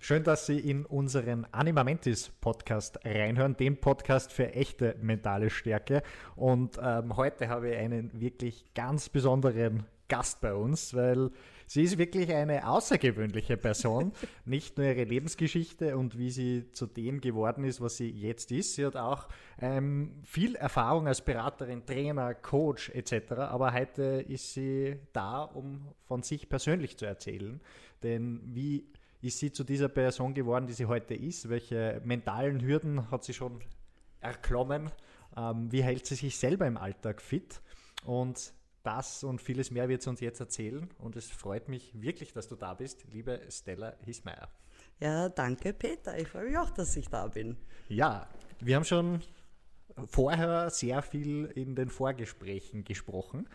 Schön, dass Sie in unseren Animamentis Podcast reinhören, den Podcast für echte mentale Stärke. Und heute habe ich einen wirklich ganz besonderen Gast bei uns, weil sie ist wirklich eine außergewöhnliche Person. Nicht nur ihre Lebensgeschichte und wie sie zu dem geworden ist, was sie jetzt ist. Sie hat auch viel Erfahrung als Beraterin, Trainer, Coach etc. Aber heute ist sie da, um von sich persönlich zu erzählen. Denn wie ist sie zu dieser Person geworden, die sie heute ist? Welche mentalen Hürden hat sie schon erklommen? Wie hält sie sich selber im Alltag fit? Und das und vieles mehr wird sie uns jetzt erzählen. Und es freut mich wirklich, dass du da bist, liebe Stella Hismayer. Ja, danke Peter. Ich freue mich auch, dass ich da bin. Ja, wir haben schon vorher sehr viel in den Vorgesprächen gesprochen.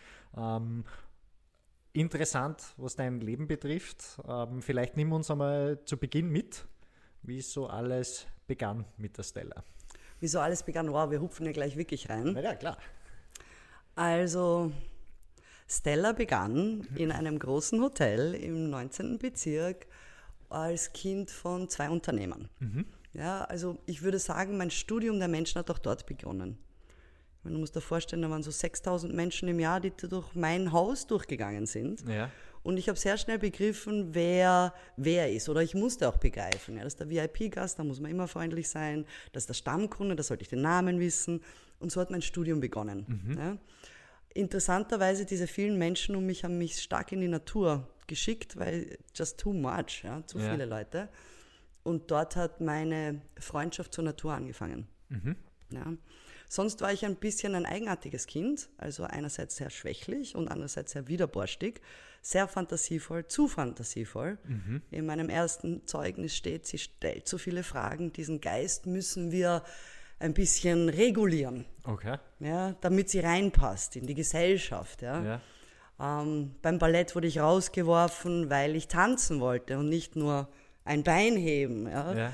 Interessant, was dein Leben betrifft. Vielleicht nimm uns einmal zu Beginn mit, wie so alles begann mit der Stella. Wie so alles begann? Wow, wir hupfen ja gleich wirklich rein. Na ja, klar. Also, Stella begann in einem großen Hotel im 19. Bezirk als Kind von 2 Unternehmern. Ja, also ich würde sagen, mein Studium der Menschen hat auch dort begonnen. Du musst dir vorstellen, da waren so 6.000 Menschen im Jahr, die durch mein Haus durchgegangen sind. Ja. Und ich habe sehr schnell begriffen, wer ist. Oder ich musste auch begreifen. Ja, das ist der VIP-Gast, da muss man immer freundlich sein. Das ist der Stammkunde, da sollte ich den Namen wissen. Und so hat mein Studium begonnen. Ja. Interessanterweise, diese vielen Menschen um mich haben mich stark in die Natur geschickt, weil just too much, ja, zu viele Leute. Und dort hat meine Freundschaft zur Natur angefangen. Ja. Sonst war ich ein bisschen ein eigenartiges Kind, also einerseits sehr schwächlich und andererseits sehr widerborstig, sehr fantasievoll, zu fantasievoll. In meinem ersten Zeugnis steht, sie stellt so viele Fragen, diesen Geist müssen wir ein bisschen regulieren, ja, damit sie reinpasst in die Gesellschaft. Ja. Beim Ballett wurde ich rausgeworfen, weil ich tanzen wollte und nicht nur ein Bein heben. Ja.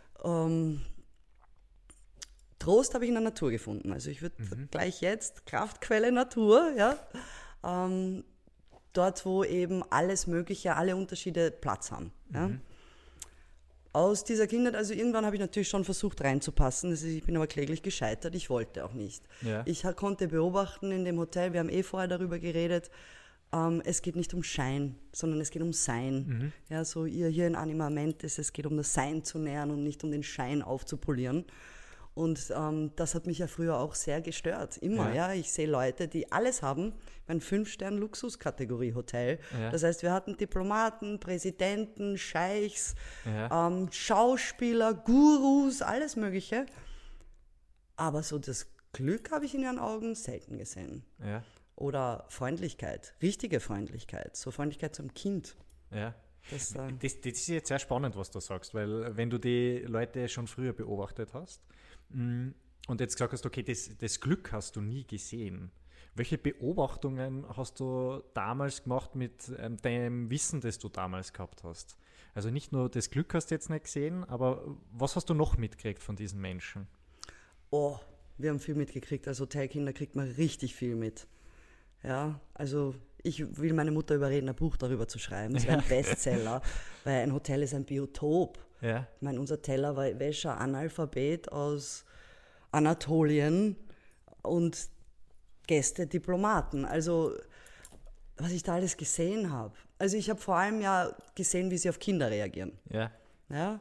Trost habe ich in der Natur gefunden. Also ich würde gleich jetzt, Kraftquelle Natur, ja, dort, wo eben alles Mögliche, alle Unterschiede Platz haben. Ja. Aus dieser Kindheit, also irgendwann habe ich natürlich schon versucht reinzupassen, ich bin aber kläglich gescheitert, ich wollte auch nicht. Ja. Ich konnte beobachten in dem Hotel, wir haben vorher darüber geredet, es geht nicht um Schein, sondern es geht um Sein. Ja, so ihr hier in Animamentis, es geht um das Sein zu nähern und nicht um den Schein aufzupolieren. Und das hat mich ja früher auch sehr gestört, immer. Ja. Ich sehe Leute, die alles haben, ein 5-Stern-Luxuskategorie-Hotel. Ja. Das heißt, wir hatten Diplomaten, Präsidenten, Scheichs, Schauspieler, Gurus, alles Mögliche. Aber so das Glück habe ich in ihren Augen selten gesehen. Ja. Oder Freundlichkeit, richtige Freundlichkeit, so Freundlichkeit zum Kind. Ja. Das ist jetzt sehr spannend, was du sagst, weil wenn du die Leute schon früher beobachtet hast und jetzt gesagt hast, okay, das Glück hast du nie gesehen. Welche Beobachtungen hast du damals gemacht mit deinem Wissen, das du damals gehabt hast? Also nicht nur das Glück hast du jetzt nicht gesehen, aber was hast du noch mitgekriegt von diesen Menschen? Oh, wir haben viel mitgekriegt. Als Hotelkinder kriegt man richtig viel mit. Ja, also ich will meine Mutter überreden, ein Buch darüber zu schreiben. Das wäre ein Bestseller, weil ein Hotel ist ein Biotop. Ja. Ich meine, unser Teller war ein Analphabet aus Anatolien und Gäste Diplomaten. Also, was ich da alles gesehen habe. Also, ich habe vor allem ja gesehen, wie sie auf Kinder reagieren. Ja. Ja?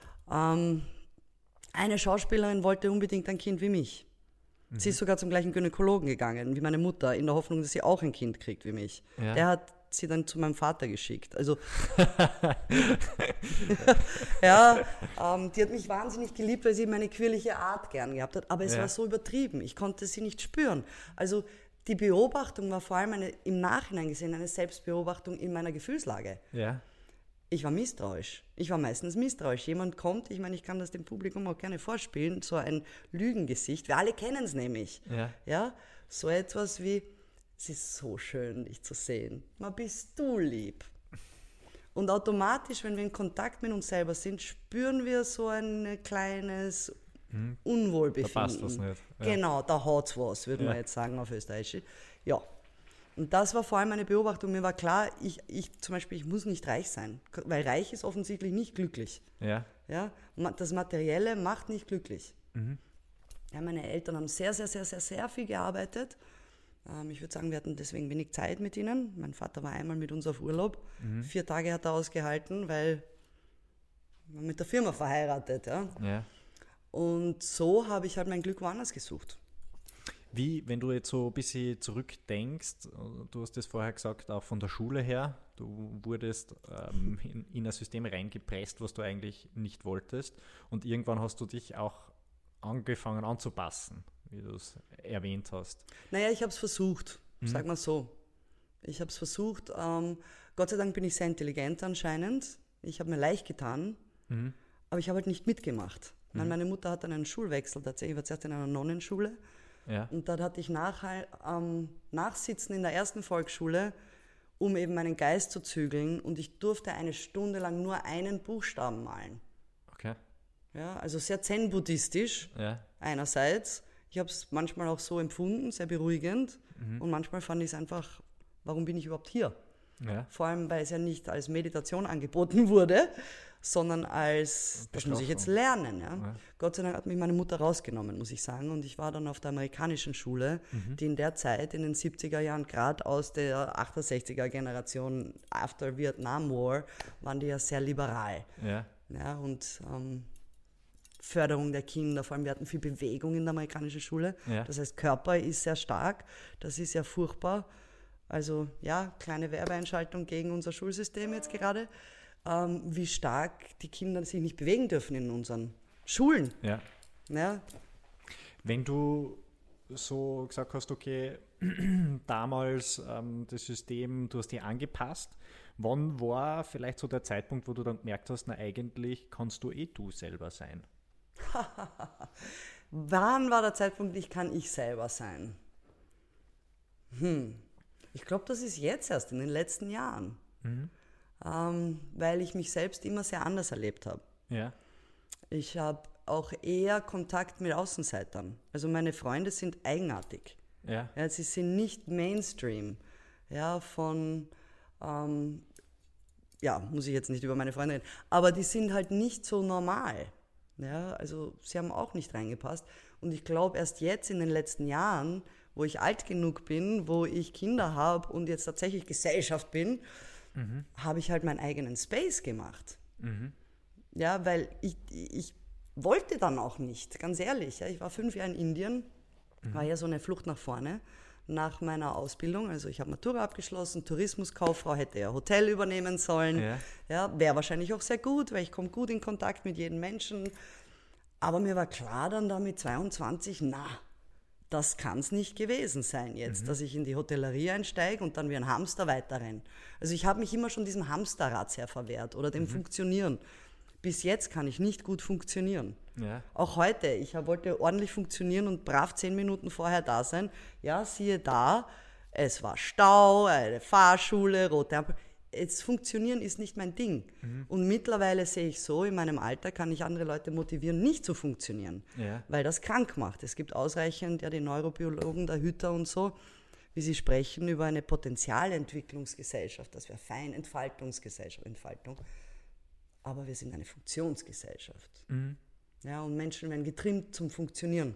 Eine Schauspielerin wollte unbedingt ein Kind wie mich. Sie ist sogar zum gleichen Gynäkologen gegangen, wie meine Mutter, in der Hoffnung, dass sie auch ein Kind kriegt wie mich. Ja. Der hat sie dann zu meinem Vater geschickt. Also, ja, die hat mich wahnsinnig geliebt, weil sie meine queerliche Art gern gehabt hat. Aber es war so übertrieben, ich konnte sie nicht spüren. Also die Beobachtung war vor allem im Nachhinein gesehen eine Selbstbeobachtung in meiner Gefühlslage. Ja. Ich war misstrauisch. Ich war meistens misstrauisch. Jemand kommt, ich meine, ich kann das dem Publikum auch gerne vorspielen, so ein Lügengesicht. Wir alle kennen es nämlich. Ja. Ja? So etwas wie, es ist so schön, dich zu sehen. Ma, bist du lieb. Und automatisch, wenn wir in Kontakt mit uns selber sind, spüren wir so ein kleines Unwohlbefinden. Da passt was nicht. Ja. Genau, da hat's was, würden wir jetzt sagen auf Österreichisch. Ja. Und das war vor allem eine Beobachtung. Mir war klar, ich zum Beispiel, ich muss nicht reich sein, weil reich ist offensichtlich nicht glücklich. Ja. Ja? Das Materielle macht nicht glücklich. Ja, meine Eltern haben sehr, sehr, sehr, sehr, sehr viel gearbeitet. Ich würde sagen, wir hatten deswegen wenig Zeit mit ihnen. Mein Vater war einmal mit uns auf Urlaub. 4 Tage hat er ausgehalten, weil wir mit der Firma verheiratet. Ja? Ja. Und so habe ich halt mein Glück woanders gesucht. Wie, wenn du jetzt so ein bisschen zurückdenkst, du hast das vorher gesagt, auch von der Schule her, du wurdest in ein System reingepresst, was du eigentlich nicht wolltest, und irgendwann hast du dich auch angefangen anzupassen, wie du es erwähnt hast. Naja, ich habe es versucht, sag mal so. Ich habe es versucht. Gott sei Dank bin ich sehr intelligent anscheinend. Ich habe mir leicht getan, aber ich habe halt nicht mitgemacht. Meine Mutter hat dann einen Schulwechsel tatsächlich. Ich war zuerst in einer Nonnenschule. Ja. Und dort hatte ich Nachsitzen in der ersten Volksschule, um eben meinen Geist zu zügeln. Und ich durfte eine Stunde lang nur einen Buchstaben malen. Okay. Ja, also sehr zen-buddhistisch einerseits. Ich habe es manchmal auch so empfunden, sehr beruhigend. Und manchmal fand ich es einfach, warum bin ich überhaupt hier? Ja. Vor allem, weil es ja nicht als Meditation angeboten wurde, sondern als, das muss ich jetzt lernen. Ja? Gott sei Dank hat mich meine Mutter rausgenommen, muss ich sagen. Und ich war dann auf der amerikanischen Schule, die in der Zeit, in den 70er Jahren, gerade aus der 68er Generation, after Vietnam War, waren die ja sehr liberal. Ja. Ja, und Förderung der Kinder, vor allem wir hatten viel Bewegung in der amerikanischen Schule. Ja. Das heißt, Körper ist sehr stark, das ist ja furchtbar. Also ja, kleine Werbeeinschaltung gegen unser Schulsystem jetzt gerade. Wie stark die Kinder sich nicht bewegen dürfen in unseren Schulen. Ja. Ja. Wenn du so gesagt hast, okay, damals das System, du hast dich angepasst, wann war vielleicht so der Zeitpunkt, wo du dann gemerkt hast, na eigentlich kannst du du selber sein? Wann war der Zeitpunkt, ich kann ich selber sein? Ich glaube, das ist jetzt erst in den letzten Jahren. Weil ich mich selbst immer sehr anders erlebt habe. Ja. Ich habe auch eher Kontakt mit Außenseitern. Also meine Freunde sind eigenartig. Ja. Ja, sie sind nicht Mainstream. Ja, muss ich jetzt nicht über meine Freunde reden, aber die sind halt nicht so normal. Ja, also sie haben auch nicht reingepasst. Und ich glaube, erst jetzt in den letzten Jahren, wo ich alt genug bin, wo ich Kinder habe und jetzt tatsächlich Gesellschaft bin, habe ich halt meinen eigenen Space gemacht. Ja, weil ich wollte dann auch nicht, ganz ehrlich. Ja, ich war 5 Jahre in Indien, war ja so eine Flucht nach vorne nach meiner Ausbildung. Also ich habe Matura abgeschlossen, Tourismuskauffrau, hätte ja Hotel übernehmen sollen. Ja, wäre wahrscheinlich auch sehr gut, weil ich komme gut in Kontakt mit jedem Menschen. Aber mir war klar dann da mit 22, das kann es nicht gewesen sein jetzt, dass ich in die Hotellerie einsteige und dann wie ein Hamster weiterrenne. Also ich habe mich immer schon diesem Hamsterrad sehr verwehrt oder dem Funktionieren. Bis jetzt kann ich nicht gut funktionieren. Ja. Auch heute, ich wollte ordentlich funktionieren und brav 10 Minuten vorher da sein. Ja, siehe da, es war Stau, eine Fahrschule, rote Ampel. Jetzt funktionieren ist nicht mein Ding. Und mittlerweile sehe ich so, in meinem Alter kann ich andere Leute motivieren, nicht zu funktionieren, weil das krank macht. Es gibt ausreichend, die Neurobiologen, der Hütter und so, wie sie sprechen über eine Potenzialentwicklungsgesellschaft, das wäre Entfaltung. Aber wir sind eine Funktionsgesellschaft. Ja, und Menschen werden getrimmt zum Funktionieren.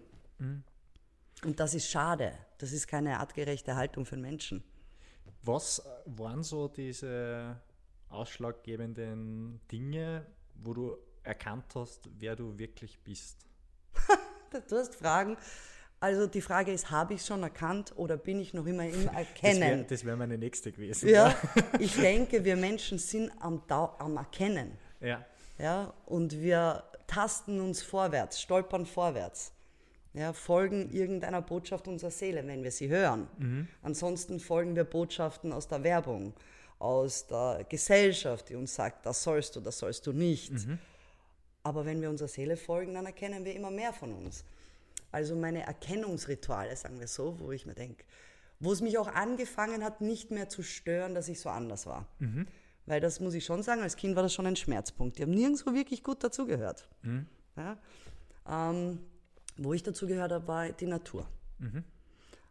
Und das ist schade. Das ist keine artgerechte Haltung für den Menschen. Was waren so diese ausschlaggebenden Dinge, wo du erkannt hast, wer du wirklich bist? Du hast Fragen. Also die Frage ist, habe ich es schon erkannt oder bin ich noch immer im Erkennen? Das wäre meine nächste gewesen. Ja, ich denke, wir Menschen sind am Erkennen. Ja. Ja, und wir tasten uns vorwärts, stolpern vorwärts. Ja, folgen irgendeiner Botschaft unserer Seele, wenn wir sie hören. Ansonsten folgen wir Botschaften aus der Werbung, aus der Gesellschaft, die uns sagt, das sollst du nicht. Aber wenn wir unserer Seele folgen, dann erkennen wir immer mehr von uns. Also meine Erkennungsrituale, sagen wir so, wo ich mir denke, wo es mich auch angefangen hat, nicht mehr zu stören, dass ich so anders war. Weil das muss ich schon sagen, als Kind war das schon ein Schmerzpunkt. Ich habe nirgendwo wirklich gut dazugehört. Ja? Wo ich dazugehört habe, war die Natur.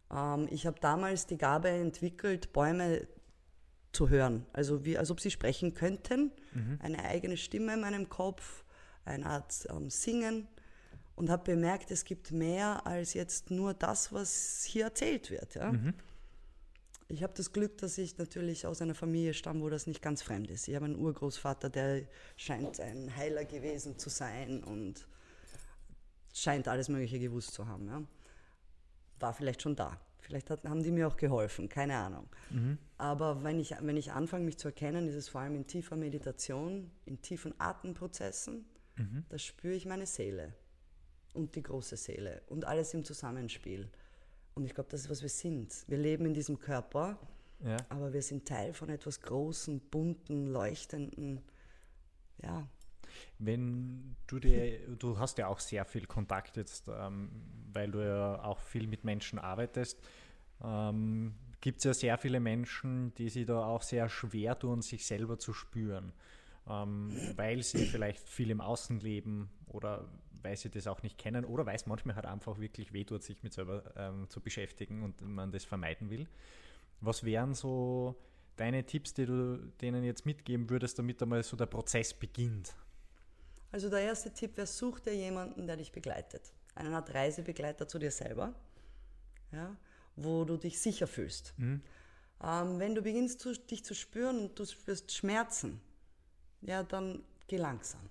Ich habe damals die Gabe entwickelt, Bäume zu hören. Also als ob sie sprechen könnten. Eine eigene Stimme in meinem Kopf, eine Art Singen. Und habe bemerkt, es gibt mehr als jetzt nur das, was hier erzählt wird. Ja? Ich habe das Glück, dass ich natürlich aus einer Familie stamme, wo das nicht ganz fremd ist. Ich habe einen Urgroßvater, der scheint ein Heiler gewesen zu sein und scheint alles Mögliche gewusst zu haben. Ja? War vielleicht schon da. Vielleicht haben die mir auch geholfen, keine Ahnung. Aber wenn ich anfange, mich zu erkennen, ist es vor allem in tiefer Meditation, in tiefen Atemprozessen, da spüre ich meine Seele und die große Seele und alles im Zusammenspiel. Und ich glaube, das ist, was wir sind. Wir leben in diesem Körper, aber wir sind Teil von etwas Großen, Bunten, Leuchtenden. Ja. Wenn du hast ja auch sehr viel Kontakt jetzt, weil du ja auch viel mit Menschen arbeitest, gibt es ja sehr viele Menschen, die sich da auch sehr schwer tun, sich selber zu spüren, weil sie vielleicht viel im Außen leben oder weil sie das auch nicht kennen oder weil es manchmal halt einfach wirklich wehtut, sich mit selber zu beschäftigen und man das vermeiden will. Was wären so deine Tipps, die du denen jetzt mitgeben würdest, damit einmal so der Prozess beginnt? Also der erste Tipp wäre, such dir jemanden, der dich begleitet. Eine Art Reisebegleiter zu dir selber, ja, wo du dich sicher fühlst. Wenn du beginnst, dich zu spüren und du spürst Schmerzen, ja, dann geh langsam.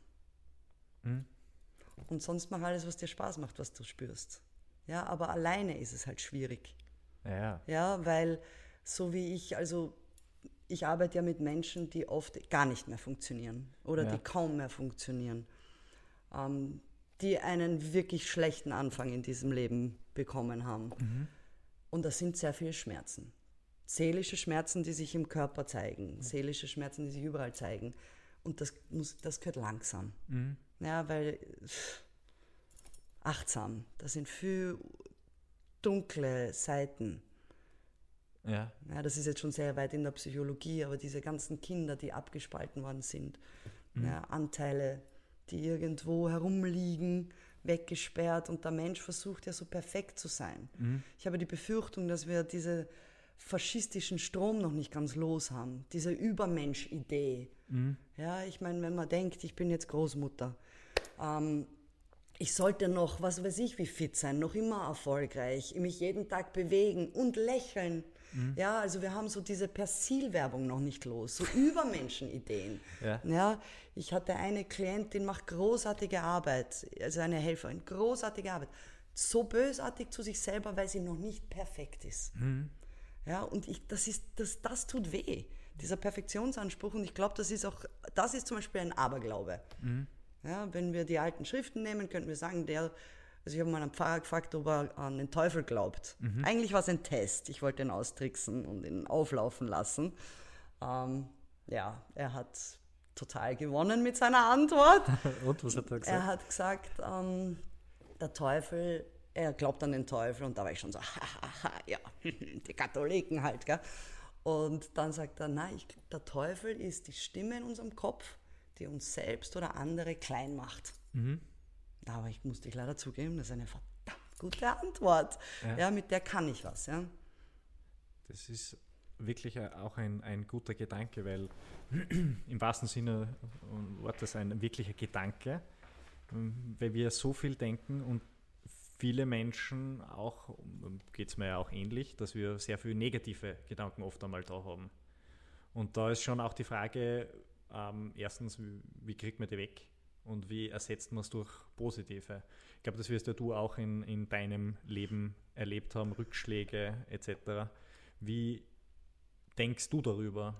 Und sonst mach alles, was dir Spaß macht, was du spürst. Ja, aber alleine ist es halt schwierig. Ja, weil so wie ich arbeite ja mit Menschen, die oft gar nicht mehr funktionieren oder die kaum mehr funktionieren, die einen wirklich schlechten Anfang in diesem Leben bekommen haben. Und das sind sehr viele Schmerzen. Seelische Schmerzen, die sich im Körper zeigen, seelische Schmerzen, die sich überall zeigen. Und das gehört langsam. Ja, weil achtsam, das sind viel dunkle Seiten. Ja, das ist jetzt schon sehr weit in der Psychologie, aber diese ganzen Kinder, die abgespalten worden sind, Anteile, die irgendwo herumliegen, weggesperrt und der Mensch versucht ja so perfekt zu sein. Ich habe die Befürchtung, dass wir diese faschistischen Strom noch nicht ganz los haben, diese Übermensch-Idee. Ja, ich meine, wenn man denkt, ich bin jetzt Großmutter, ich sollte noch, was weiß ich, wie fit sein, noch immer erfolgreich, mich jeden Tag bewegen und lächeln. Ja, also wir haben so diese Persil-Werbung noch nicht los, so Übermenschenideen. Ja, ich hatte eine Klientin, macht großartige Arbeit, also eine Helferin, großartige Arbeit. So bösartig zu sich selber, weil sie noch nicht perfekt ist. Ja, und das tut weh, dieser Perfektionsanspruch. Und ich glaube, das ist zum Beispiel ein Aberglaube. Ja, wenn wir die alten Schriften nehmen, könnten wir sagen, also ich habe mal einen Pfarrer gefragt, ob er an den Teufel glaubt. Eigentlich war es ein Test. Ich wollte ihn austricksen und ihn auflaufen lassen. Ja, er hat total gewonnen mit seiner Antwort. Und was hat er gesagt? Er hat gesagt, der Teufel, er glaubt an den Teufel. Und da war ich schon so, ja, die Katholiken halt, gell? Und dann sagt er, nein, der Teufel ist die Stimme in unserem Kopf, die uns selbst oder andere klein macht. Aber ich muss dich leider zugeben, das ist eine verdammt gute Antwort. Ja, mit der kann ich was. Ja. Das ist wirklich auch ein guter Gedanke, weil im wahrsten Sinne des Wortes ein wirklicher Gedanke, weil wir so viel denken und viele Menschen auch, geht es mir ja auch ähnlich, dass wir sehr viele negative Gedanken oft einmal da haben. Und da ist schon auch die Frage, erstens, wie kriegt man die weg? Und wie ersetzt man es durch positive? Ich glaube, das wirst ja du auch in deinem Leben erlebt haben, Rückschläge etc. Wie denkst du darüber?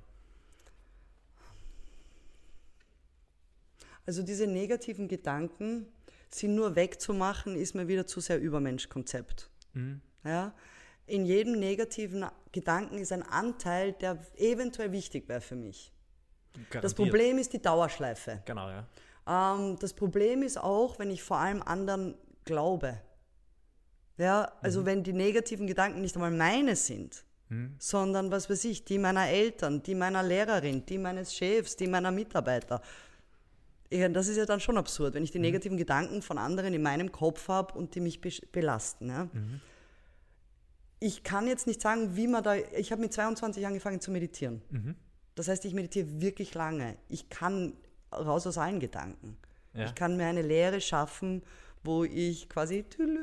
Also diese negativen Gedanken, sie nur wegzumachen, ist mir wieder zu sehr Übermensch-Konzept. Ja? In jedem negativen Gedanken ist ein Anteil, der eventuell wichtig wäre für mich. Garantiert. Das Problem ist die Dauerschleife. Genau, ja. Das Problem ist auch, wenn ich vor allem anderen glaube. Ja, also wenn die negativen Gedanken nicht einmal meine sind, sondern, was weiß ich, die meiner Eltern, die meiner Lehrerin, die meines Chefs, die meiner Mitarbeiter. Das ist ja dann schon absurd, wenn ich die negativen Gedanken von anderen in meinem Kopf habe und die mich belasten. Ja? Ich kann jetzt nicht sagen, ich habe mit 22 angefangen zu meditieren. Das heißt, ich meditiere wirklich lange. Ich kann raus aus allen Gedanken. Ja. Ich kann mir eine Leere schaffen, wo ich quasi,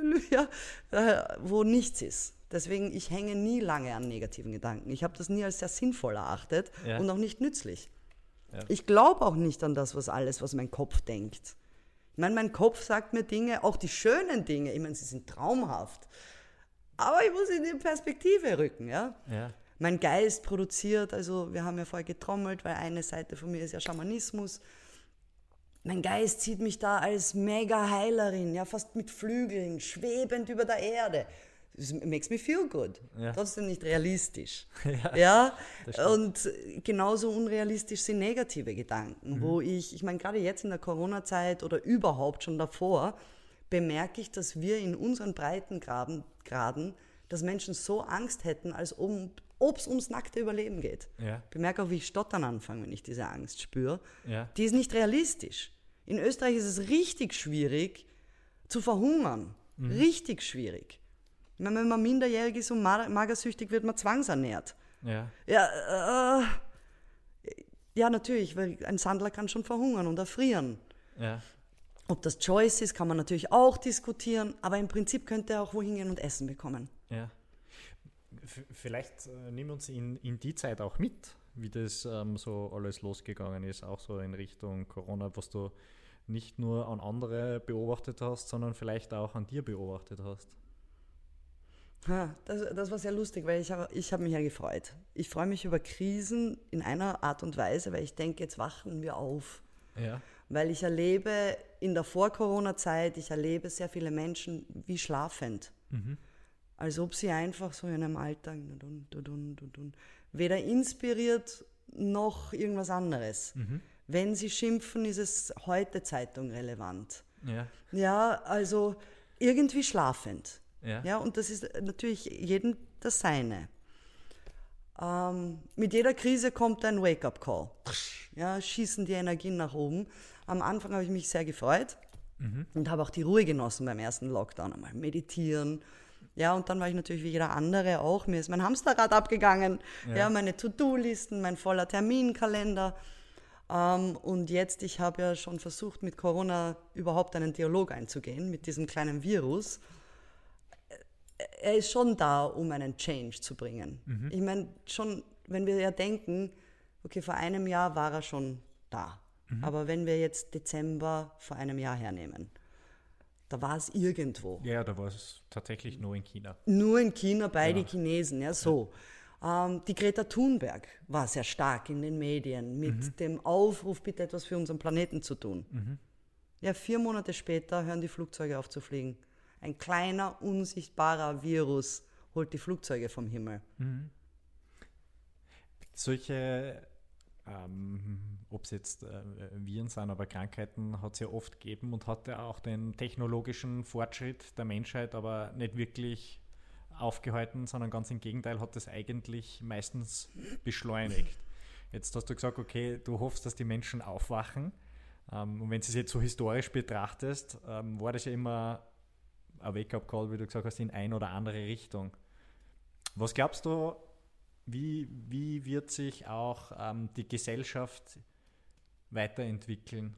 wo nichts ist. Deswegen, ich hänge nie lange an negativen Gedanken. Ich habe das nie als sehr sinnvoll erachtet und auch nicht nützlich. Ja. Ich glaube auch nicht an das, was mein Kopf denkt. Ich meine, mein Kopf sagt mir Dinge, auch die schönen Dinge, ich meine, sie sind traumhaft. Aber ich muss in die Perspektive rücken, ja. Mein Geist produziert, also wir haben ja vorher getrommelt, weil eine Seite von mir ist ja Schamanismus. Mein Geist sieht mich da als Mega-Heilerin, ja, fast mit Flügeln, schwebend über der Erde. Das makes me feel good. Ja. Trotzdem nicht realistisch. Ja? Und genauso unrealistisch sind negative Gedanken, wo ich meine, gerade jetzt in der Corona-Zeit oder überhaupt schon davor, bemerke ich, dass wir in unseren Breitengraden, dass Menschen so Angst hätten, als ob es ums nackte Überleben geht. Ja. Ich bemerke auch, wie ich stottern anfange, wenn ich diese Angst spüre. Ja. Die ist nicht realistisch. In Österreich ist es richtig schwierig zu verhungern. Richtig schwierig. Wenn man minderjährig ist und magersüchtig, wird man zwangsernährt. Ja, natürlich, weil ein Sandler kann schon verhungern und erfrieren. Ja. Ob das Choice ist, kann man natürlich auch diskutieren, aber im Prinzip könnte er auch wohin gehen und Essen bekommen. Ja. Vielleicht nehmen wir uns in die Zeit auch mit, wie das so alles losgegangen ist, auch so in Richtung Corona, was du nicht nur an andere beobachtet hast, sondern vielleicht auch an dir beobachtet hast. Das war sehr lustig, weil ich hab mich ja gefreut. Ich freue mich über Krisen in einer Art und Weise, weil ich denke, jetzt wachen wir auf. Ja. Weil ich erlebe in der Vor-Corona-Zeit, sehr viele Menschen wie schlafend. Als ob sie einfach so in einem Alltag weder inspiriert noch irgendwas anderes. Wenn sie schimpfen, ist es heute Zeitung relevant. Ja, also irgendwie schlafend. Ja, und das ist natürlich jedem das Seine. Mit jeder Krise kommt ein Wake-up-Call. Ja, schießen die Energien nach oben. Am Anfang habe ich mich sehr gefreut und habe auch die Ruhe genossen beim ersten Lockdown. Einmal meditieren. Ja, und dann war ich natürlich wie jeder andere auch. Mir ist mein Hamsterrad abgegangen. Ja, meine To-Do-Listen, mein voller Terminkalender. Und jetzt, ich habe ja schon versucht, mit Corona überhaupt einen Dialog einzugehen, mit diesem kleinen Virus. Er ist schon da, um einen Change zu bringen. Ich meine, schon, wenn wir ja denken, okay, vor einem Jahr war er schon da. Aber wenn wir jetzt Dezember vor einem Jahr hernehmen, da war es irgendwo. Ja, da war es tatsächlich nur in China. Nur in China bei den Chinesen, ja, so. Die Greta Thunberg war sehr stark in den Medien mit dem Aufruf, bitte etwas für unseren Planeten zu tun. Ja, 4 Monate später hören die Flugzeuge auf zu fliegen. Ein kleiner, unsichtbarer Virus holt die Flugzeuge vom Himmel. Solche, ob es jetzt Viren sind, aber Krankheiten hat es ja oft gegeben und hat ja auch den technologischen Fortschritt der Menschheit aber nicht wirklich aufgehalten, sondern ganz im Gegenteil hat es eigentlich meistens beschleunigt. Jetzt hast du gesagt, okay, du hoffst, dass die Menschen aufwachen. Und wenn du es jetzt so historisch betrachtest, war das ja immer ein Wake-up-Call, wie du gesagt hast, in eine oder andere Richtung. Was glaubst du, wie wird sich auch die Gesellschaft weiterentwickeln?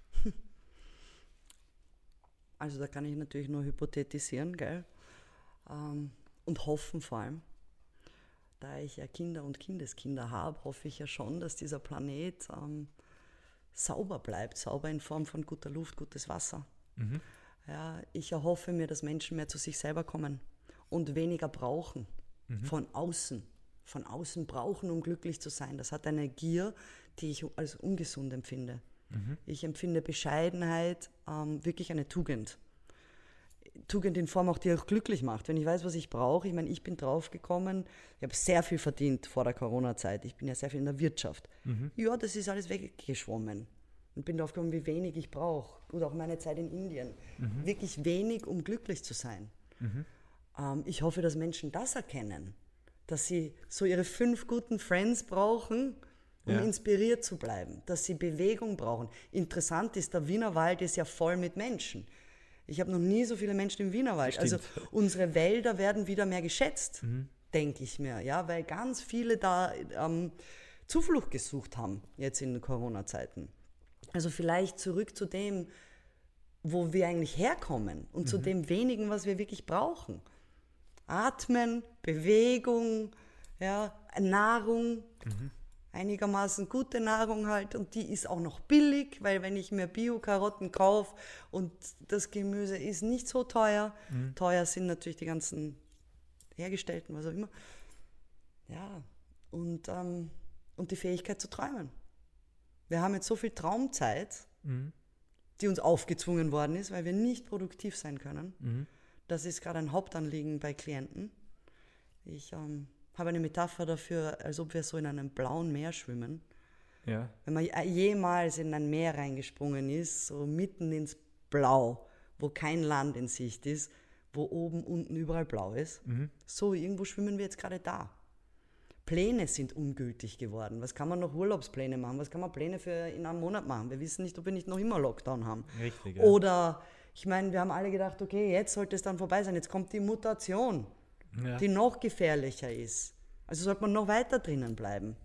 Also da kann ich natürlich nur hypothetisieren, gell? Und hoffen vor allem. Da ich ja Kinder und Kindeskinder habe, hoffe ich ja schon, dass dieser Planet sauber bleibt. Sauber in Form von guter Luft, gutes Wasser. Ja, ich erhoffe mir, dass Menschen mehr zu sich selber kommen und weniger brauchen. Von außen brauchen, um glücklich zu sein. Das hat eine Gier, die ich als ungesund empfinde. Ich empfinde Bescheidenheit wirklich eine Tugend. Tugend in Form auch, die auch glücklich macht. Wenn ich weiß, was ich brauche, ich meine, ich bin draufgekommen, ich habe sehr viel verdient vor der Corona-Zeit. Ich bin ja sehr viel in der Wirtschaft. Ja, das ist alles weggeschwommen. Und bin draufgekommen, wie wenig ich brauche. Und auch meine Zeit in Indien. Wirklich wenig, um glücklich zu sein. Ich hoffe, dass Menschen das erkennen. Dass sie so ihre 5 guten Friends brauchen, um inspiriert zu bleiben. Dass sie Bewegung brauchen. Interessant ist, der Wienerwald ist ja voll mit Menschen. Ich habe noch nie so viele Menschen im Wienerwald. Stimmt. Also unsere Wälder werden wieder mehr geschätzt, denke ich mir, ja, weil ganz viele da Zuflucht gesucht haben, jetzt in Corona-Zeiten. Also vielleicht zurück zu dem, wo wir eigentlich herkommen und zu dem wenigen, was wir wirklich brauchen. Atmen, Bewegung, ja, Nahrung, einigermaßen gute Nahrung halt, und die ist auch noch billig, weil wenn ich mir Bio-Karotten kaufe und das Gemüse ist nicht so teuer, teuer sind natürlich die ganzen hergestellten, was auch immer. Ja, und die Fähigkeit zu träumen. Wir haben jetzt so viel Traumzeit, die uns aufgezwungen worden ist, weil wir nicht produktiv sein können. Das ist gerade ein Hauptanliegen bei Klienten. Ich habe eine Metapher dafür, als ob wir so in einem blauen Meer schwimmen. Ja. Wenn man jemals in ein Meer reingesprungen ist, so mitten ins Blau, wo kein Land in Sicht ist, wo oben, unten überall blau ist, so irgendwo schwimmen wir jetzt gerade da. Pläne sind ungültig geworden. Was kann man noch Urlaubspläne machen? Was kann man Pläne für in einem Monat machen? Wir wissen nicht, ob wir nicht noch immer Lockdown haben. Richtig, ja. Oder, ich meine, wir haben alle gedacht, okay, jetzt sollte es dann vorbei sein. Jetzt kommt die Mutation, die noch gefährlicher ist. Also sollte man noch weiter drinnen bleiben.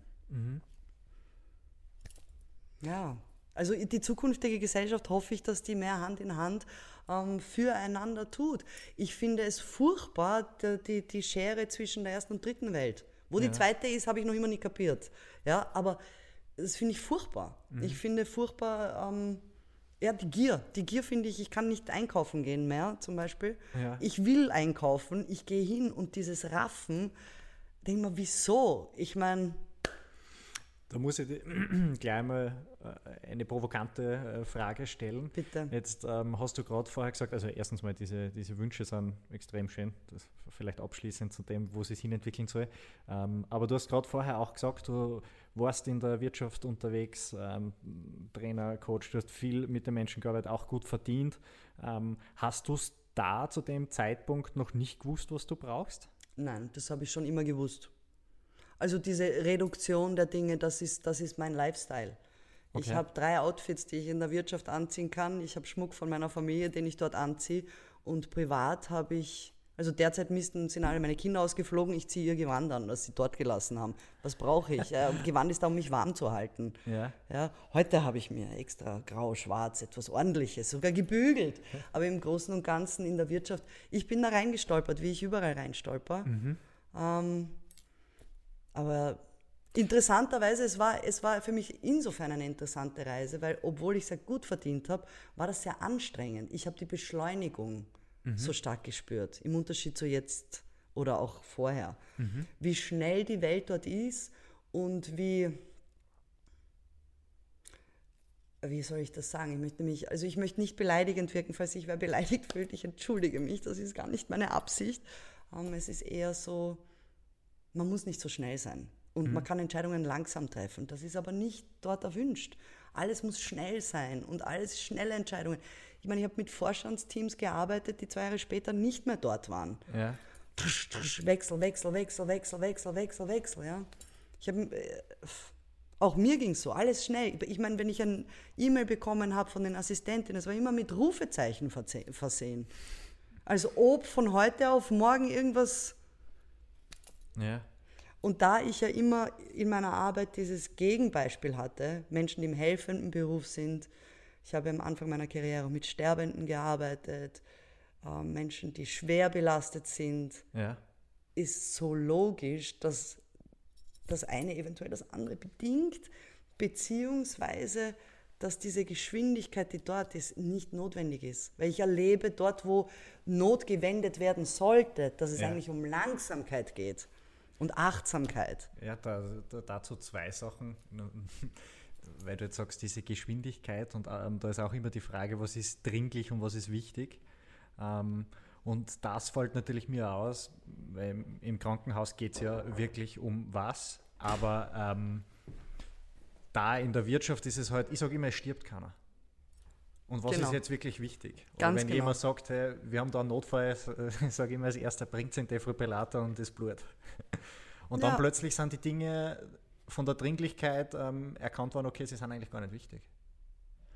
Ja, also die zukünftige Gesellschaft hoffe ich, dass die mehr Hand in Hand füreinander tut. Ich finde es furchtbar, die Schere zwischen der ersten und dritten Welt. Wo die zweite ist, habe ich noch immer nicht kapiert. Ja, aber das finde ich furchtbar. Ich finde furchtbar, die Gier. Die Gier finde ich kann nicht einkaufen gehen mehr, zum Beispiel. Ja. Ich will einkaufen, ich gehe hin und dieses Raffen, denke mir, wieso? Ich meine... Da muss ich gleich mal eine provokante Frage stellen. Bitte. Jetzt hast du gerade vorher gesagt, also erstens mal, diese Wünsche sind extrem schön, das vielleicht abschließend zu dem, wo es sich hinentwickeln soll. Aber du hast gerade vorher auch gesagt, du warst in der Wirtschaft unterwegs, Trainer, Coach, du hast viel mit den Menschen gearbeitet, auch gut verdient. Hast du es da zu dem Zeitpunkt noch nicht gewusst, was du brauchst? Nein, das habe ich schon immer gewusst. Also diese Reduktion der Dinge, das ist mein Lifestyle. Okay. Ich habe 3 Outfits, die ich in der Wirtschaft anziehen kann. Ich habe Schmuck von meiner Familie, den ich dort anziehe. Und privat habe ich, also derzeit sind alle meine Kinder ausgeflogen, ich ziehe ihr Gewand an, das sie dort gelassen haben. Was brauche ich? Gewand ist da, um mich warm zu halten. Ja. Ja, heute habe ich mir extra grau, schwarz, etwas Ordentliches, sogar gebügelt. Aber im Großen und Ganzen in der Wirtschaft, ich bin da reingestolpert, wie ich überall reinstolper. Aber interessanterweise, es war für mich insofern eine interessante Reise, weil obwohl ich sehr gut verdient habe, war das sehr anstrengend. Ich habe die Beschleunigung so stark gespürt, im Unterschied zu jetzt oder auch vorher. Wie schnell die Welt dort ist und wie soll ich das sagen? Ich möchte nicht beleidigend wirken, falls sich wer beleidigt fühlt. Ich entschuldige mich, das ist gar nicht meine Absicht. Es ist eher so, man muss nicht so schnell sein und man kann Entscheidungen langsam treffen. Das ist aber nicht dort erwünscht. Alles muss schnell sein und alles schnelle Entscheidungen. Ich meine, ich habe mit Vorstandsteams gearbeitet, die 2 Jahre später nicht mehr dort waren. Ja. Wechsel. Ja. Auch mir ging es so, alles schnell. Ich meine, wenn ich ein E-Mail bekommen habe von den Assistentinnen, es war immer mit Rufezeichen versehen. Also ob von heute auf morgen irgendwas... Ja. Und da ich ja immer in meiner Arbeit dieses Gegenbeispiel hatte, Menschen, die im helfenden Beruf sind, ich habe am Anfang meiner Karriere mit Sterbenden gearbeitet, Menschen, die schwer belastet sind, ist so logisch, dass das eine eventuell das andere bedingt, beziehungsweise dass diese Geschwindigkeit, die dort ist, nicht notwendig ist. Weil ich erlebe dort, wo Not gewendet werden sollte, dass es eigentlich um Langsamkeit geht. Und Achtsamkeit. Ja, dazu 2 Sachen, weil du jetzt sagst, diese Geschwindigkeit und da ist auch immer die Frage, was ist dringlich und was ist wichtig. Und das fällt natürlich mir aus, weil im Krankenhaus geht es ja wirklich um was, aber da in der Wirtschaft ist es halt, ich sage immer, es stirbt keiner. Und was ist jetzt wirklich wichtig? Oder wenn jemand sagt, hey, wir haben da einen Notfall, sage ich immer als erster, bringt den Defibrillator und das Blut. Und dann plötzlich sind die Dinge von der Dringlichkeit erkannt worden, okay, sie sind eigentlich gar nicht wichtig.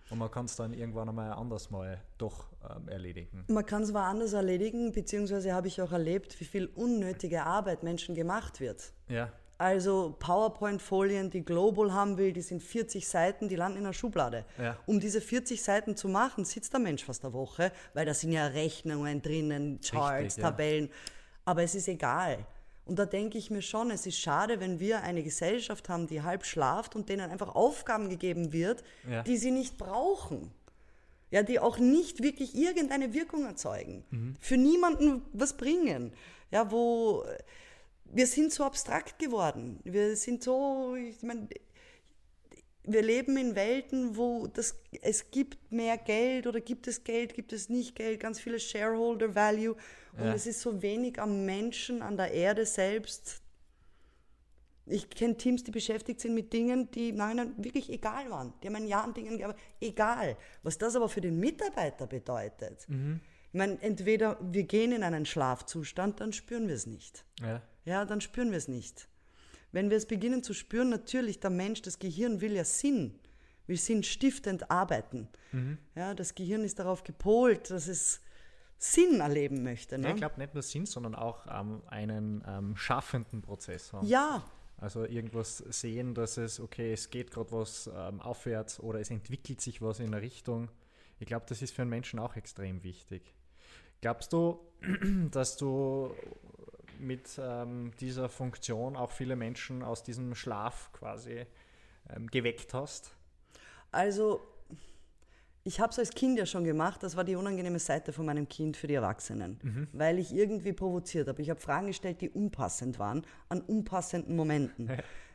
Und man kann es dann irgendwann einmal anders mal doch erledigen. Man kann es mal anders erledigen, beziehungsweise habe ich auch erlebt, wie viel unnötige Arbeit Menschen gemacht wird. Ja. Also PowerPoint-Folien, die Global haben will, die sind 40 Seiten, die landen in einer Schublade. Ja. Um diese 40 Seiten zu machen, sitzt der Mensch fast eine Woche, weil da sind ja Rechnungen drinnen, Charts, Richtig, ja. Tabellen. Aber es ist egal. Und da denke ich mir schon, es ist schade, wenn wir eine Gesellschaft haben, die halb schlaft und denen einfach Aufgaben gegeben wird, Ja. die sie nicht brauchen. Ja, die auch nicht wirklich irgendeine Wirkung erzeugen. Für niemanden was bringen. Ja, wir sind so abstrakt geworden. Wir sind so, ich meine, wir leben in Welten, wo es gibt mehr Geld oder gibt es Geld, gibt es nicht Geld, ganz viele Shareholder Value und es ist so wenig am Menschen, an der Erde selbst. Ich kenne Teams, die beschäftigt sind mit Dingen, die nein, wirklich egal waren. Die haben ein Jahr an Dingen gearbeitet, egal. Was das aber für den Mitarbeiter bedeutet. Ich meine, entweder wir gehen in einen Schlafzustand, dann spüren wir es nicht. Ja, dann spüren wir es nicht. Wenn wir es beginnen zu spüren, natürlich, der Mensch, das Gehirn will ja Sinn, will sinnstiftend arbeiten. Ja, das Gehirn ist darauf gepolt, dass es Sinn erleben möchte. Ne? Ja, ich glaube nicht nur Sinn, sondern auch einen schaffenden Prozess haben. Ja. Also irgendwas sehen, dass es geht gerade was aufwärts oder es entwickelt sich was in eine Richtung. Ich glaube, das ist für einen Menschen auch extrem wichtig. Glaubst du, dass du mit dieser Funktion auch viele Menschen aus diesem Schlaf quasi geweckt hast? Also, ich habe es als Kind ja schon gemacht, das war die unangenehme Seite von meinem Kind für die Erwachsenen, weil ich irgendwie provoziert habe. Ich habe Fragen gestellt, die unpassend waren, an unpassenden Momenten.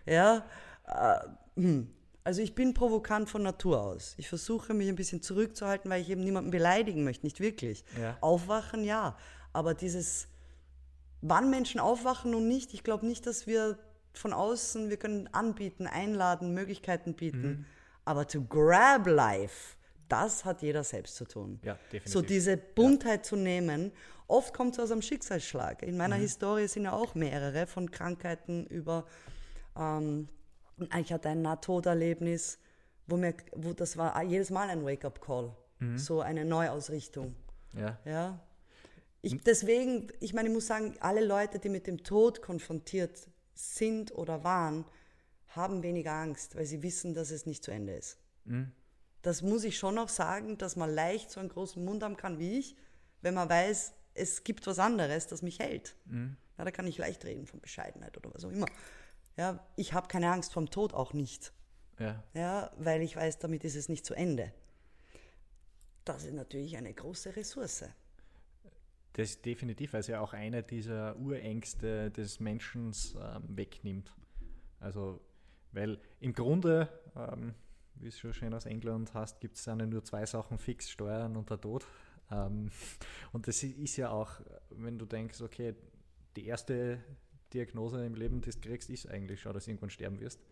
Also ich bin provokant von Natur aus. Ich versuche mich ein bisschen zurückzuhalten, weil ich eben niemanden beleidigen möchte, nicht wirklich. Ja. Aufwachen, ja, aber wann Menschen aufwachen und nicht, ich glaube nicht, dass wir von außen, wir können anbieten, einladen, Möglichkeiten bieten, aber to grab life, das hat jeder selbst zu tun. Ja, definitiv. So diese Buntheit zu nehmen, oft kommt es aus einem Schicksalsschlag. In meiner Historie sind ja auch mehrere, von Krankheiten über, ich hatte ein Nahtoderlebnis, wo das war jedes Mal ein Wake-up-Call, so eine Neuausrichtung. Ja. Deswegen, ich muss sagen, alle Leute, die mit dem Tod konfrontiert sind oder waren, haben weniger Angst, weil sie wissen, dass es nicht zu Ende ist. Das muss ich schon noch sagen, dass man leicht so einen großen Mund haben kann wie ich, wenn man weiß, es gibt was anderes, das mich hält. Ja, da kann ich leicht reden von Bescheidenheit oder was auch immer. Ja, ich habe keine Angst vom Tod, auch nicht. Ja, weil ich weiß, damit ist es nicht zu Ende. Das ist natürlich eine große Ressource. Das ist definitiv, weil es ja auch eine dieser Urängste des Menschen wegnimmt. Also, weil im Grunde, wie es schon schön aus England hast, gibt es ja nur zwei Sachen fix, Steuern und der Tod. Und das ist ja auch, wenn du denkst, okay, die erste Diagnose im Leben, die du kriegst, ist eigentlich schon, dass du irgendwann sterben wirst.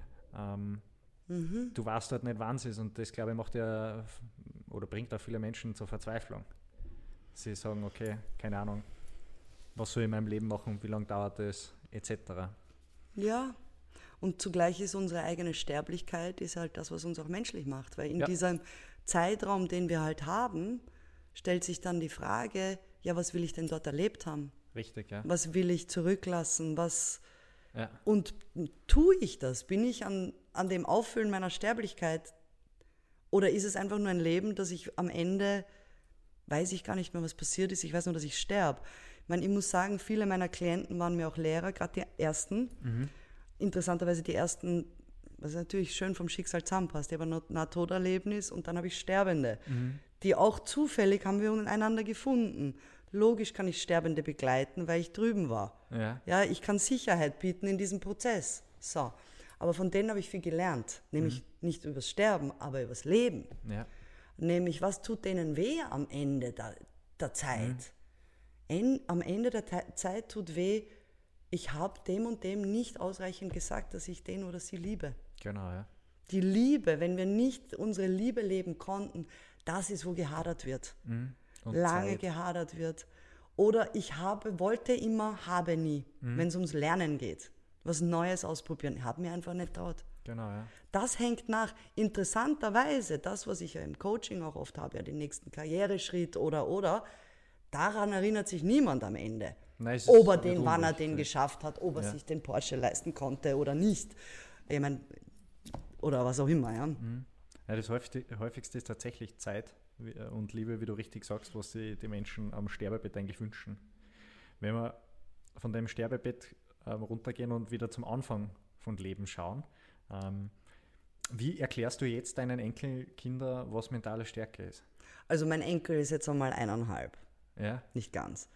Du weißt halt nicht, wann es ist, und das, glaube ich, macht ja oder bringt auch viele Menschen zur Verzweiflung. Sie sagen, okay, keine Ahnung, was soll ich in meinem Leben machen, wie lange dauert das, etc. Ja, und zugleich ist unsere eigene Sterblichkeit ist halt das, was uns auch menschlich macht, weil in diesem Zeitraum, den wir halt haben, stellt sich dann die Frage, ja, was will ich denn dort erlebt haben? Richtig, ja. Was will ich zurücklassen? Und tue ich das? Bin ich an dem Auffüllen meiner Sterblichkeit? Oder ist es einfach nur ein Leben, das ich am Ende, weiß ich gar nicht mehr, was passiert ist, ich weiß nur, dass ich sterbe. Ich muss sagen, viele meiner Klienten waren mir auch Lehrer, gerade die ersten. Interessanterweise die ersten, was natürlich schön vom Schicksal zusammenpasst. Ich habe ein Nahtoderlebnis und dann habe ich Sterbende. Die auch zufällig haben wir einander gefunden. Logisch kann ich Sterbende begleiten, weil ich drüben war. Ja, ich kann Sicherheit bieten in diesem Prozess. So. Aber von denen habe ich viel gelernt. Nämlich nicht übers Sterben, aber übers Leben. Ja. Nämlich, was tut denen weh am Ende der Zeit? Am Ende der Zeit tut weh, ich habe dem und dem nicht ausreichend gesagt, dass ich den oder sie liebe. Genau, ja. Die Liebe, wenn wir nicht unsere Liebe leben konnten, das ist, wo gehadert wird. Lange Zeit gehadert wird. Oder wollte immer, habe nie, wenn es ums Lernen geht. Was Neues ausprobieren. Ich habe mir einfach nicht traut. Genau, ja. Das hängt nach. Interessanterweise, das, was ich ja im Coaching auch oft habe, ja, den nächsten Karriereschritt oder, daran erinnert sich niemand am Ende. Nein, Ob er den, wann er den geschafft hat, ob er sich den Porsche leisten konnte oder nicht. Ich meine, oder was auch immer, ja. Ja, das häufigste ist tatsächlich Zeit und Liebe, wie du richtig sagst, was sich die Menschen am Sterbebett eigentlich wünschen. Wenn wir von dem Sterbebett runtergehen und wieder zum Anfang von Leben schauen, wie erklärst du jetzt deinen Enkelkindern, was mentale Stärke ist? Also mein Enkel ist jetzt einmal 1,5. Ja. Nicht ganz.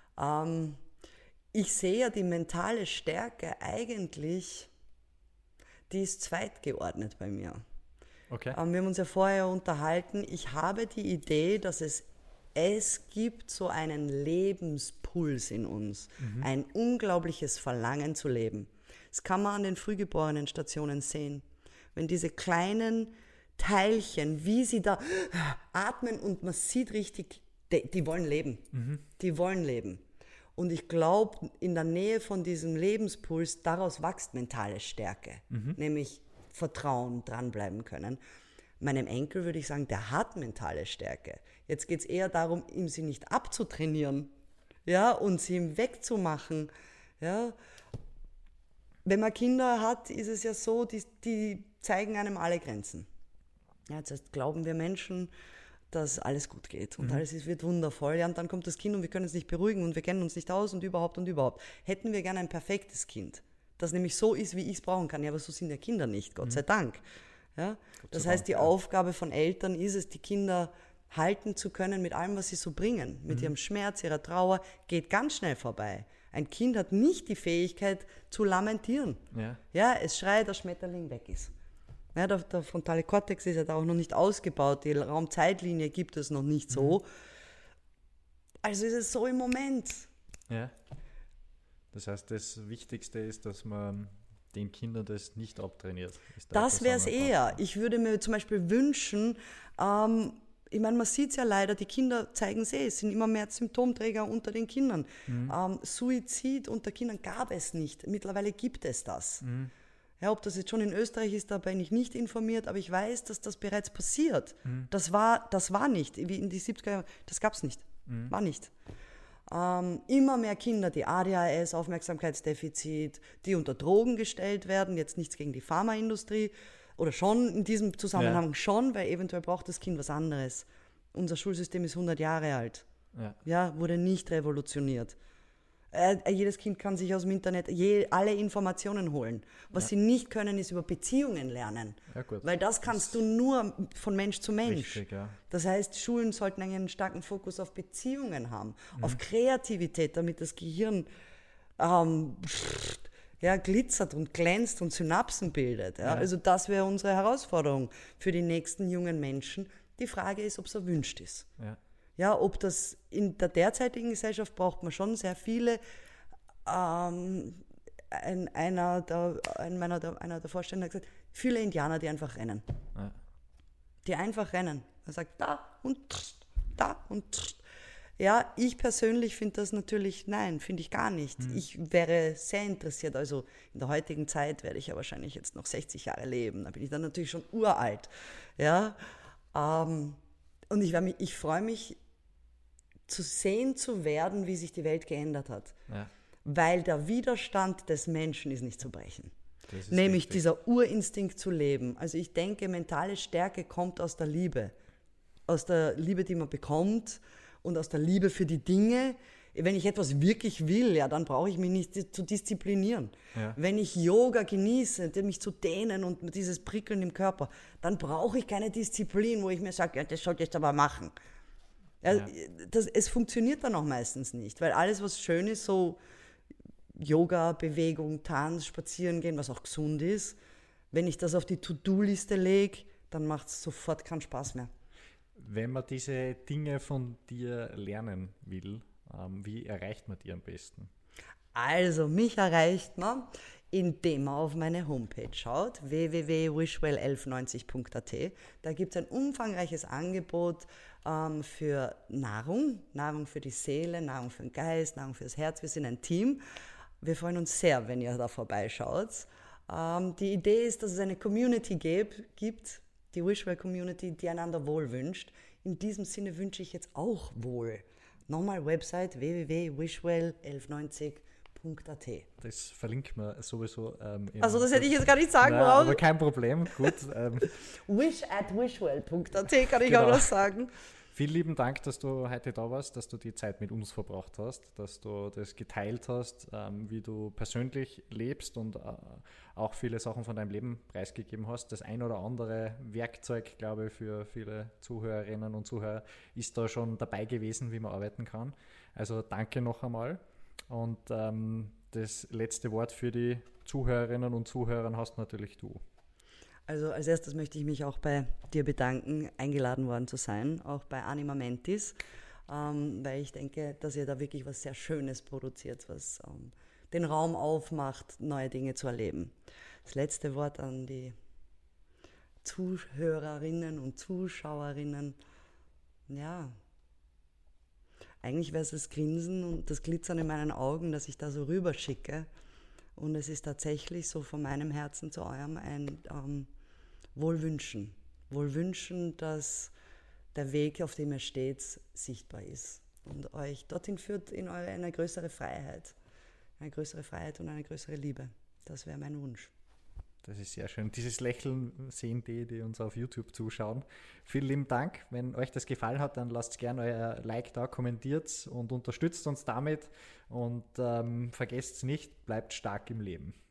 Ich sehe ja die mentale Stärke eigentlich, die ist zweitgeordnet bei mir. Okay. Wir haben uns ja vorher unterhalten. Ich habe die Idee, dass es gibt so einen Lebenspuls in uns, ein unglaubliches Verlangen zu leben. Das kann man an den Frühgeborenenstationen sehen. Wenn diese kleinen Teilchen, wie sie da atmen und man sieht richtig, die wollen leben. Die wollen leben. Und ich glaube, in der Nähe von diesem Lebenspuls, daraus wächst mentale Stärke. Nämlich Vertrauen, dranbleiben können. Meinem Enkel würde ich sagen, der hat mentale Stärke. Jetzt geht es eher darum, ihm sie nicht abzutrainieren, ja, und sie ihm wegzumachen. Ja. Wenn man Kinder hat, ist es ja so, die zeigen einem alle Grenzen. Ja, das heißt, glauben wir Menschen, dass alles gut geht und alles wird wundervoll. Ja, und dann kommt das Kind und wir können es nicht beruhigen und wir kennen uns nicht aus und überhaupt und überhaupt. Hätten wir gerne ein perfektes Kind, das nämlich so ist, wie ich es brauchen kann. Ja, aber so sind ja Kinder nicht, Gott sei Dank. Ja? Das heißt, die Aufgabe von Eltern ist es, die Kinder halten zu können mit allem, was sie so bringen. Mit ihrem Schmerz, ihrer Trauer, geht ganz schnell vorbei. Ein Kind hat nicht die Fähigkeit zu lamentieren. Ja, es schreit, der Schmetterling weg ist. Ja, der frontale Kortex ist ja da auch noch nicht ausgebaut, die Raumzeitlinie gibt es noch nicht so. Also ist es so im Moment. Ja. Das heißt, das Wichtigste ist, dass man den Kindern das nicht abtrainiert. Das wäre es eher. Ich würde mir zum Beispiel wünschen, ich meine, man sieht es ja leider, die Kinder zeigen es sind immer mehr Symptomträger unter den Kindern. Suizid unter Kindern gab es nicht. Mittlerweile gibt es das. Ja, ob das jetzt schon in Österreich ist, da bin ich nicht informiert, aber ich weiß, dass das bereits passiert. Das war nicht, wie in die 70er Jahre, das gab es nicht. War nicht. Immer mehr Kinder, die ADHS, Aufmerksamkeitsdefizit, die unter Drogen gestellt werden, jetzt nichts gegen die Pharmaindustrie, oder schon in diesem Zusammenhang schon, weil eventuell braucht das Kind was anderes. Unser Schulsystem ist 100 Jahre alt. Ja, wurde nicht revolutioniert. Jedes Kind kann sich aus dem Internet alle Informationen holen. Was sie nicht können, ist über Beziehungen lernen. Ja, gut. Weil das kannst du nur von Mensch zu Mensch. Richtig, ja. Das heißt, Schulen sollten einen starken Fokus auf Beziehungen haben, auf Kreativität, damit das Gehirn glitzert und glänzt und Synapsen bildet. Ja? Also das wäre unsere Herausforderung für die nächsten jungen Menschen. Die Frage ist, ob es erwünscht ist. Ja, ob das in der derzeitigen Gesellschaft braucht man schon sehr viele. Einer der Vorstände hat gesagt, viele Indianer, die einfach rennen. Die einfach rennen. Er sagt, da und tst, da und tst. Ja, ich persönlich finde das natürlich, nein, finde ich gar nicht. Ich wäre sehr interessiert, also in der heutigen Zeit werde ich ja wahrscheinlich jetzt noch 60 Jahre leben, da bin ich dann natürlich schon uralt. Ja, und ich freue mich, sehen zu werden, wie sich die Welt geändert hat. Weil der Widerstand des Menschen ist nicht zu brechen. Nämlich dieser Urinstinkt zu leben. Also ich denke, mentale Stärke kommt aus der Liebe. Aus der Liebe, die man bekommt und aus der Liebe für die Dinge. Wenn ich etwas wirklich will, ja, dann brauche ich mich nicht zu disziplinieren. Wenn ich Yoga genieße, mich zu dehnen und dieses Prickeln im Körper, dann brauche ich keine Disziplin, wo ich mir sage, ja, das sollte ich aber machen. Es funktioniert dann auch meistens nicht, weil alles, was schön ist, so Yoga, Bewegung, Tanz, Spazieren gehen, was auch gesund ist, wenn ich das auf die To-Do-Liste lege, dann macht es sofort keinen Spaß mehr. Wenn man diese Dinge von dir lernen will, wie erreicht man die am besten? Also, mich erreicht man, indem man auf meine Homepage schaut, www.wishwell1190.at. Da gibt es ein umfangreiches Angebot für Nahrung für die Seele, Nahrung für den Geist, Nahrung für das Herz. Wir sind ein Team. Wir freuen uns sehr, wenn ihr da vorbeischaut. Die Idee ist, dass es eine Community gibt, die Wishwell Community, die einander wohl wünscht. In diesem Sinne wünsche ich jetzt auch wohl. Nochmal Website www.wishwell1190.at. Das verlinkt man sowieso. Also das hätte ich jetzt gar nicht sagen brauchen. Aber kein Problem, gut. wish@wishwell.at kann ich Genau. auch noch sagen. Vielen lieben Dank, dass du heute da warst, dass du die Zeit mit uns verbracht hast, dass du das geteilt hast, wie du persönlich lebst und auch viele Sachen von deinem Leben preisgegeben hast. Das ein oder andere Werkzeug, glaube ich, für viele Zuhörerinnen und Zuhörer ist da schon dabei gewesen, wie man arbeiten kann. Also danke noch einmal. Und das letzte Wort für die Zuhörerinnen und Zuhörer hast natürlich du. Also als erstes möchte ich mich auch bei dir bedanken, eingeladen worden zu sein, auch bei Anima Mentis, weil ich denke, dass ihr da wirklich was sehr Schönes produziert, was den Raum aufmacht, neue Dinge zu erleben. Das letzte Wort an die Zuhörerinnen und Zuschauerinnen. Ja, eigentlich wäre es das Grinsen und das Glitzern in meinen Augen, das ich da so rüberschicke. Und es ist tatsächlich so von meinem Herzen zu eurem ein Wohlwünschen. Wohlwünschen, dass der Weg, auf dem ihr steht, sichtbar ist und euch dorthin führt in eine größere Freiheit. Eine größere Freiheit und eine größere Liebe. Das wäre mein Wunsch. Das ist sehr schön. Dieses Lächeln sehen die uns auf YouTube zuschauen. Vielen lieben Dank. Wenn euch das gefallen hat, dann lasst gerne euer Like da, kommentiert und unterstützt uns damit. Und vergesst nicht, bleibt stark im Leben.